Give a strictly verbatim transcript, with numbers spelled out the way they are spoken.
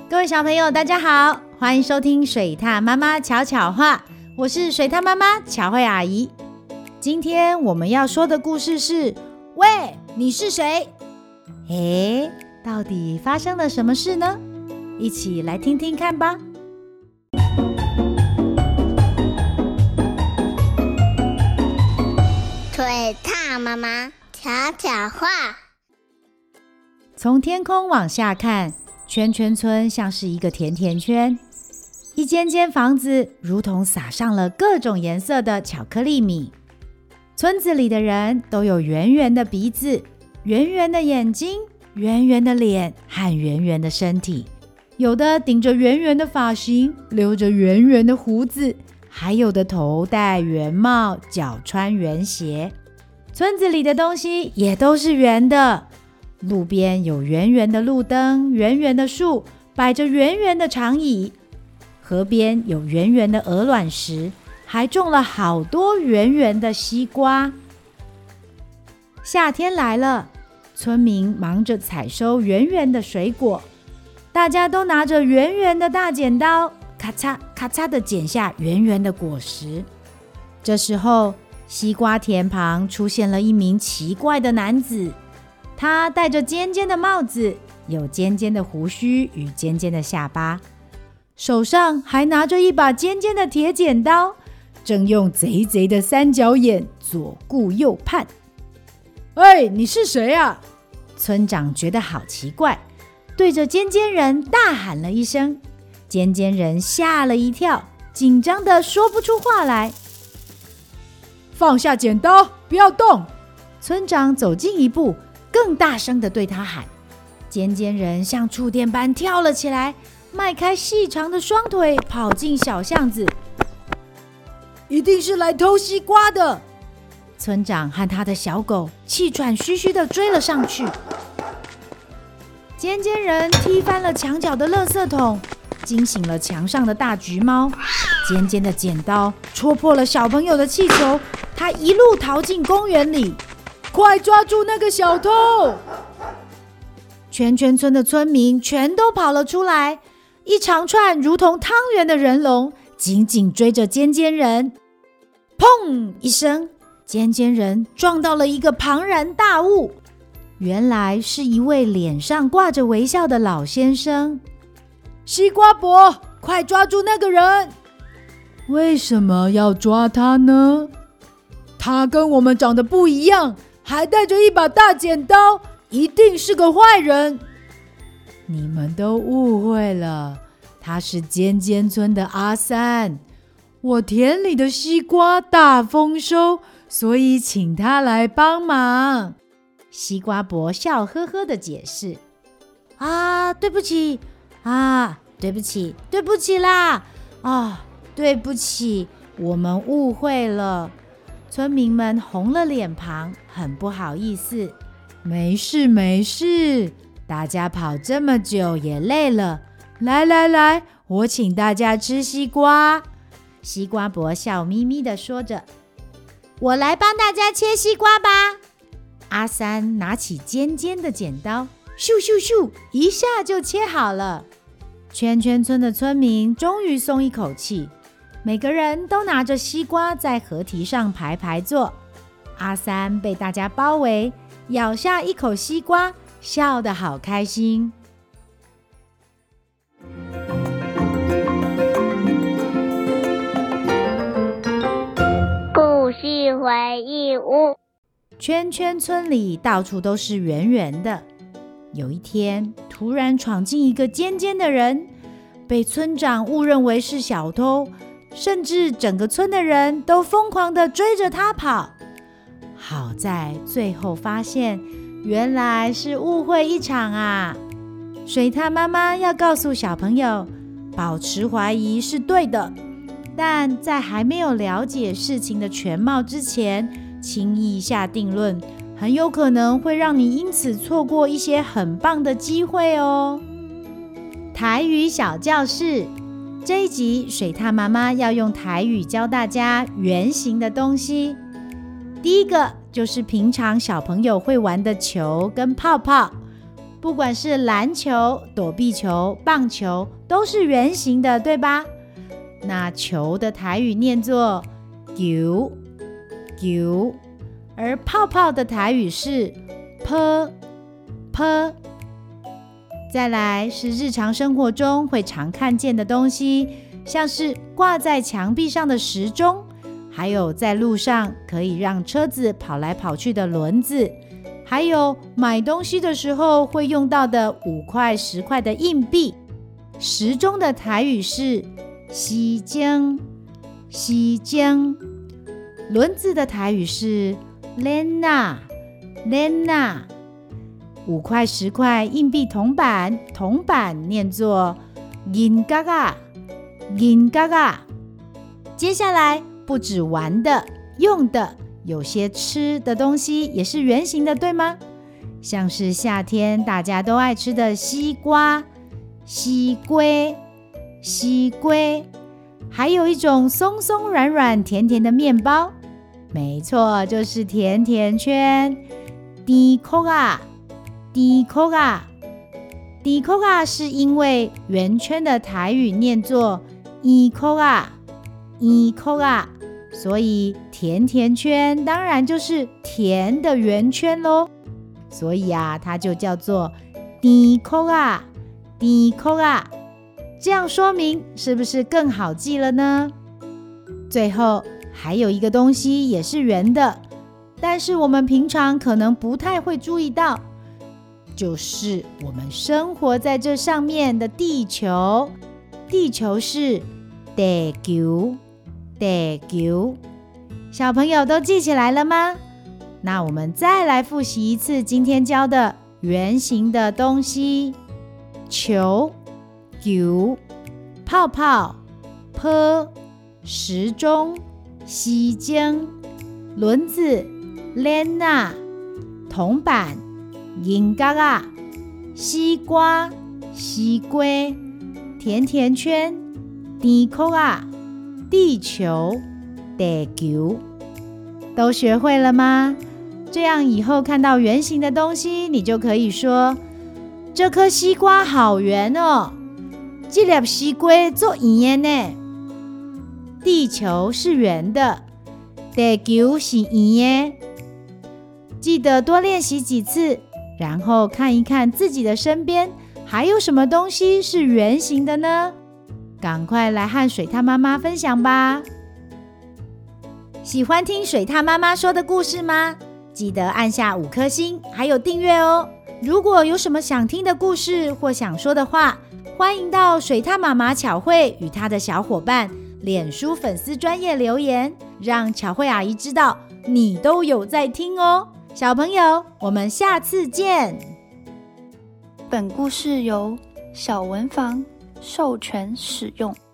各位小朋友大家好，欢迎收听水獭妈妈巧巧话，我是水獭妈妈巧慧阿姨。今天我们要说的故事是，喂，你是谁？诶，到底发生了什么事呢？一起来听听看吧。 水獭妈妈巧巧话。 从天空往下看，圈圈村像是一个甜甜圈，一间间房子如同撒上了各种颜色的巧克力米。村子里的人都有圆圆的鼻子、圆圆的眼睛、圆圆的脸和圆圆的身体，有的顶着圆圆的发型，留着圆圆的胡子，还有的头戴圆帽，脚穿圆鞋。村子里的东西也都是圆的，路边有圆圆的路灯，圆圆的树，摆着圆圆的长椅。河边有圆圆的鹅卵石，还种了好多圆圆的西瓜。夏天来了，村民忙着采收圆圆的水果，大家都拿着圆圆的大剪刀，咔嚓咔嚓地剪下圆圆的果实。这时候，西瓜田旁出现了一名奇怪的男子，他戴着尖尖的帽子，有尖尖的胡须与尖尖的下巴，手上还拿着一把尖尖的铁剪刀，正用贼贼的三角眼左顾右盼。哎，你是谁啊？村长觉得好奇怪，对着尖尖人大喊了一声。尖尖人吓了一跳，紧张的说不出话来。放下剪刀，不要动！村长走近一步，更大声地对他喊。尖尖人像触电般跳了起来，迈开细长的双腿，跑进小巷子。一定是来偷西瓜的！村长和他的小狗气喘吁吁地追了上去。尖尖人踢翻了墙角的垃圾桶，惊醒了墙上的大橘猫。尖尖的剪刀戳破了小朋友的气球，他一路逃进公园里。快抓住那个小偷！圈圈村的村民全都跑了出来，一长串如同汤圆的人龙紧紧追着尖尖人。砰一声，尖尖人撞到了一个庞然大物，原来是一位脸上挂着微笑的老先生。西瓜伯，快抓住那个人！为什么要抓他呢？他跟我们长得不一样，还带着一把大剪刀，一定是个坏人。你们都误会了，他是尖尖村的阿三。我田里的西瓜大丰收，所以请他来帮忙。西瓜伯笑呵呵地解释。啊，对不起啊，对不起，对不起啦！啊，对不起，我们误会了。村民们红了脸庞，很不好意思。没事没事，大家跑这么久也累了。来来来，我请大家吃西瓜。西瓜伯笑眯眯地说着。我来帮大家切西瓜吧。阿三拿起尖尖的剪刀，咻咻咻，一下就切好了。圈圈村的村民终于松一口气，每个人都拿着西瓜在河堤上排排坐。阿三被大家包围，咬下一口西瓜，笑得好开心。 故事回忆屋。 圈圈村里到处都是圆圆的。有一天，突然闯进一个尖尖的人，被村长误认为是小偷，甚至整个村的人都疯狂地追着他跑。好在最后发现，原来是误会一场啊！水獭妈妈要告诉小朋友，保持怀疑是对的，但在还没有了解事情的全貌之前，轻易下定论，很有可能会让你因此错过一些很棒的机会哦。台语小教室，这一集水獭妈妈要用台语教大家圆形的东西。第一个就是平常小朋友会玩的球跟泡泡， 不管是篮球、躲避球、棒球，都是圆形的，对吧？那球的台语念作球球，而泡泡的台语是泼泼。再来是日常生活中会常看见的东西，像是挂在墙壁上的时钟，还有在路上可以让车子跑来跑去的轮子，还有买东西的时候会用到的五块、十块的硬币。时钟的台语是时钟时钟，轮子的台语是轮呐轮呐，五块、十块硬币铜板，铜板念作银嘎嘎银嘎嘎。接下来不止玩的、用的，有些吃的东西也是圆形的，对吗？像是夏天大家都爱吃的西瓜、西龟、西龟，还有一种松松软软、甜甜的面包，没错，就是甜甜圈。甜口啊，甜口啊，甜口啊，是因为圆圈的台语念作甜口啊，甜口啊，所以甜甜圈当然就是甜的圆圈咯。所以啊，它就叫做甜口啊，甜口啊。这样说明是不是更好记了呢？最后还有一个东西也是圆的，但是我们平常可能不太会注意到，就是我们生活在这上面的地球。地球是地球，地球。小朋友都记起来了吗？那我们再来复习一次今天教的圆形的东西：球、球、泡泡、泼、时钟、时钟、轮子、轮啊、铜板、银嘎嘎、西瓜、西龟、甜甜圈、甜口啊、地球、地球。都学会了吗？这样以后看到圆形的东西，你就可以说：这颗西瓜好圆哦，这粒西瓜做圆的呢。地球是圆的，地球是圆的。记得多练习几次，然后看一看自己的身边还有什么东西是圆形的呢？赶快来和水獭妈妈分享吧。喜欢听水獭妈妈说的故事吗？记得按下五颗星，还有订阅哦。如果有什么想听的故事或想说的话，欢迎到水獭妈妈巧慧与她的小伙伴脸书粉丝专页留言，让巧慧阿姨知道你都有在听哦。小朋友，我们下次见。 本故事由小文房授权使用。